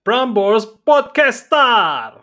Prambors Podcaster.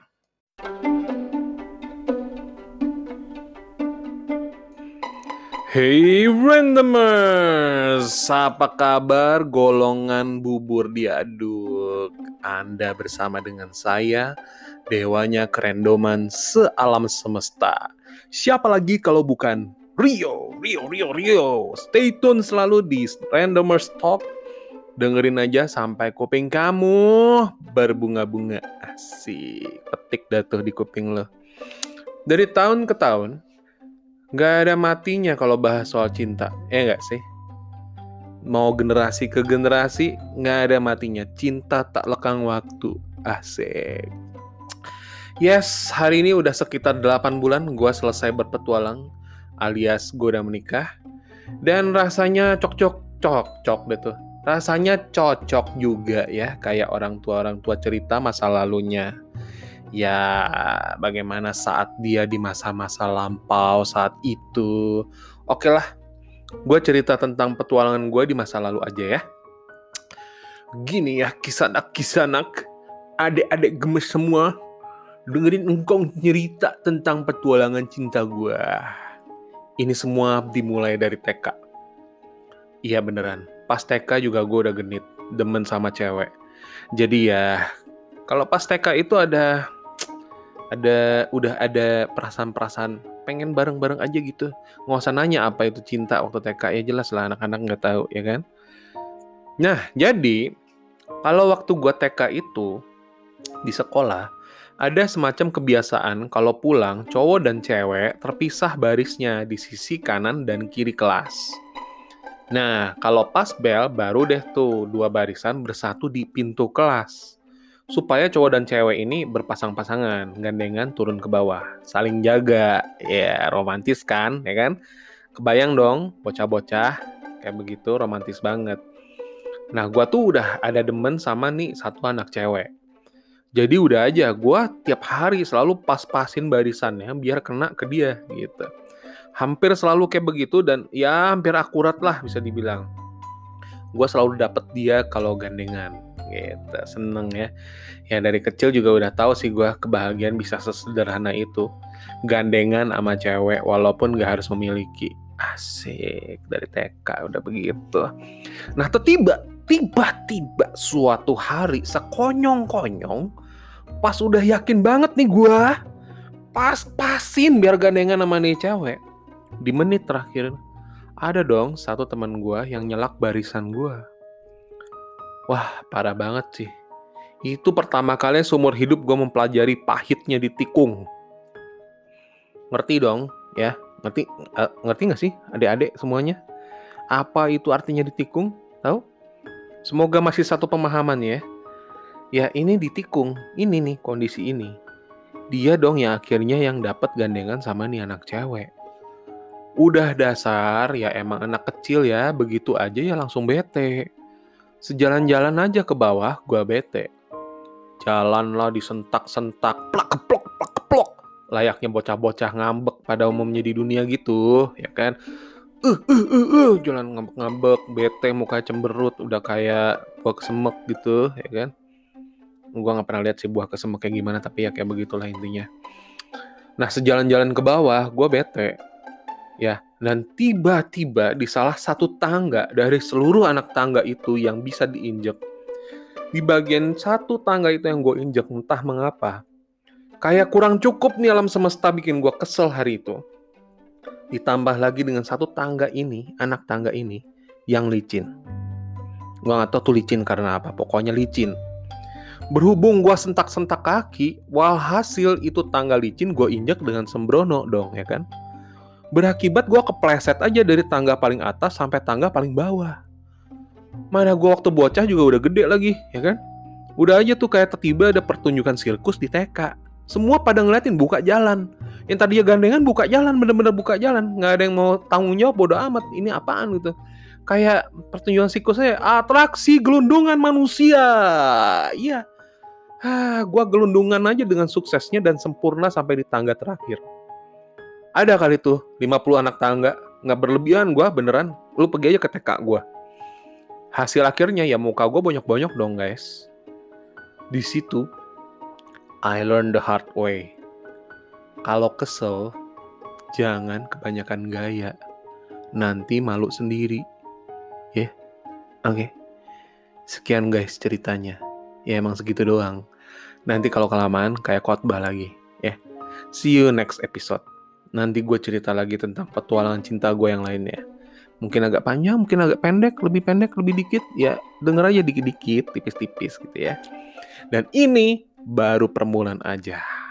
Hey Randomers, apa kabar golongan bubur diaduk? Anda bersama dengan saya, dewanya kerendoman sealam semesta. Siapa lagi kalau bukan Rio. Stay tune selalu di Randomers Talk. Dengerin aja sampai kuping kamu berbunga-bunga. Asik, petik dah tuh di kuping lo. Dari tahun ke tahun, gak ada matinya kalau bahas soal cinta, ya gak sih? Mau generasi ke generasi, gak ada matinya. Cinta tak lekang waktu. Asik. Yes, hari ini udah sekitar 8 bulan gue selesai berpetualang, alias gue udah menikah. Dan rasanya cocok deh tuh. Rasanya cocok juga ya, kayak orang tua cerita masa lalunya. Ya, bagaimana saat dia di masa-masa lampau saat itu. Oke lah, gue cerita tentang petualangan gue di masa lalu aja ya. Gini ya, kisanak, adik-adik gemes semua, dengerin engkong cerita tentang petualangan cinta gue. Ini semua dimulai dari TK. Iya beneran, pas TK juga gue udah genit, demen sama cewek. Jadi ya, kalau pas TK itu udah ada perasaan-perasaan pengen bareng-bareng aja gitu. Nggak usah nanya apa itu cinta waktu TK, ya jelas lah anak-anak nggak tahu ya kan. Nah jadi kalau waktu gue TK itu di sekolah ada semacam kebiasaan kalau pulang cowok dan cewek terpisah barisnya di sisi kanan dan kiri kelas. Nah kalau pas bel baru deh tuh dua barisan bersatu di pintu kelas. Supaya cowok dan cewek ini berpasang-pasangan, gandengan turun ke bawah, saling jaga. Ya, romantis kan, ya kan? Kebayang dong, bocah-bocah kayak begitu, romantis banget. Nah, gua tuh udah ada demen sama nih satu anak cewek. Jadi udah aja, gua tiap hari selalu pas-pasin barisannya biar kena ke dia gitu. Hampir selalu kayak begitu dan ya hampir akurat lah bisa dibilang. Gua selalu dapet dia kalau gandengan. Gitu, seneng ya. Ya dari kecil juga udah tahu sih gue kebahagiaan bisa sesederhana itu. Gandengan sama cewek walaupun gak harus memiliki. Asik, dari TK udah begitu. Nah tiba-tiba suatu hari sekonyong-konyong, pas udah yakin banget nih gue, pas-pasin biar gandengan sama nih cewek. Di menit terakhir ada dong satu teman gue yang nyelak barisan gue. Wah, parah banget sih. Itu pertama kali seumur hidup gue mempelajari pahitnya ditikung. Ngerti dong, ya? Ngerti nggak sih adik-adik semuanya? Apa itu artinya ditikung? Tahu? Semoga masih satu pemahaman ya. Ya ini ditikung, ini nih kondisi ini. Dia dong yang akhirnya yang dapat gandengan sama nih anak cewek. Udah dasar ya emang anak kecil ya, begitu aja ya langsung bete. Sejalan-jalan aja ke bawah, gue bete. Jalan lah disentak-sentak, plak-keplok. Layaknya bocah-bocah ngambek pada umumnya di dunia gitu, ya kan? Jalan ngambek-ngambek, bete, muka cemberut, udah kayak buah kesemek gitu, ya kan? Gue nggak pernah lihat sih buah kesemek kayak gimana, tapi ya kayak begitulah intinya. Nah, sejalan-jalan ke bawah, gue bete. Ya, dan tiba-tiba di salah satu tangga dari seluruh anak tangga itu yang bisa diinjek, di bagian satu tangga itu yang gue injek entah mengapa kayak kurang cukup nih alam semesta bikin gue kesel hari itu. Ditambah lagi dengan satu tangga ini, anak tangga ini yang licin. Gue gak tahu tuh licin karena apa, pokoknya licin. Berhubung gue sentak-sentak kaki, walhasil itu tangga licin gue injek dengan sembrono dong ya kan. Berakibat gue kepleset aja dari tangga paling atas sampai tangga paling bawah. Mana gue waktu bocah juga udah gede lagi, ya kan? Udah aja tuh kayak tiba-tiba ada pertunjukan sirkus di TK. Semua pada ngeliatin buka jalan. Yang tadinya gandengan buka jalan, bener-bener buka jalan. Nggak ada yang mau tanggung jawab, bodo amat. Ini apaan gitu. Kayak pertunjukan sirkus saya, atraksi gelundungan manusia. Iya. Gue gelundungan aja dengan suksesnya dan sempurna sampai di tangga terakhir. Ada kali tuh 50 anak tangga. Nggak berlebihan gue beneran. Lu pergi aja ke TK gue. Hasil akhirnya ya muka gue bonyok-bonyok dong guys. Di situ I learned the hard way. Kalau kesel, jangan kebanyakan gaya. Nanti malu sendiri. Ya, oke. Sekian guys ceritanya. Ya emang segitu doang. Nanti kalau kelamaan kayak khotbah lagi. Ya. See you next episode. Nanti gue cerita lagi tentang petualangan cinta gue yang lainnya. Mungkin agak panjang, mungkin agak pendek, lebih dikit. Ya denger aja dikit-dikit, tipis-tipis gitu ya. Dan ini baru permulaan aja.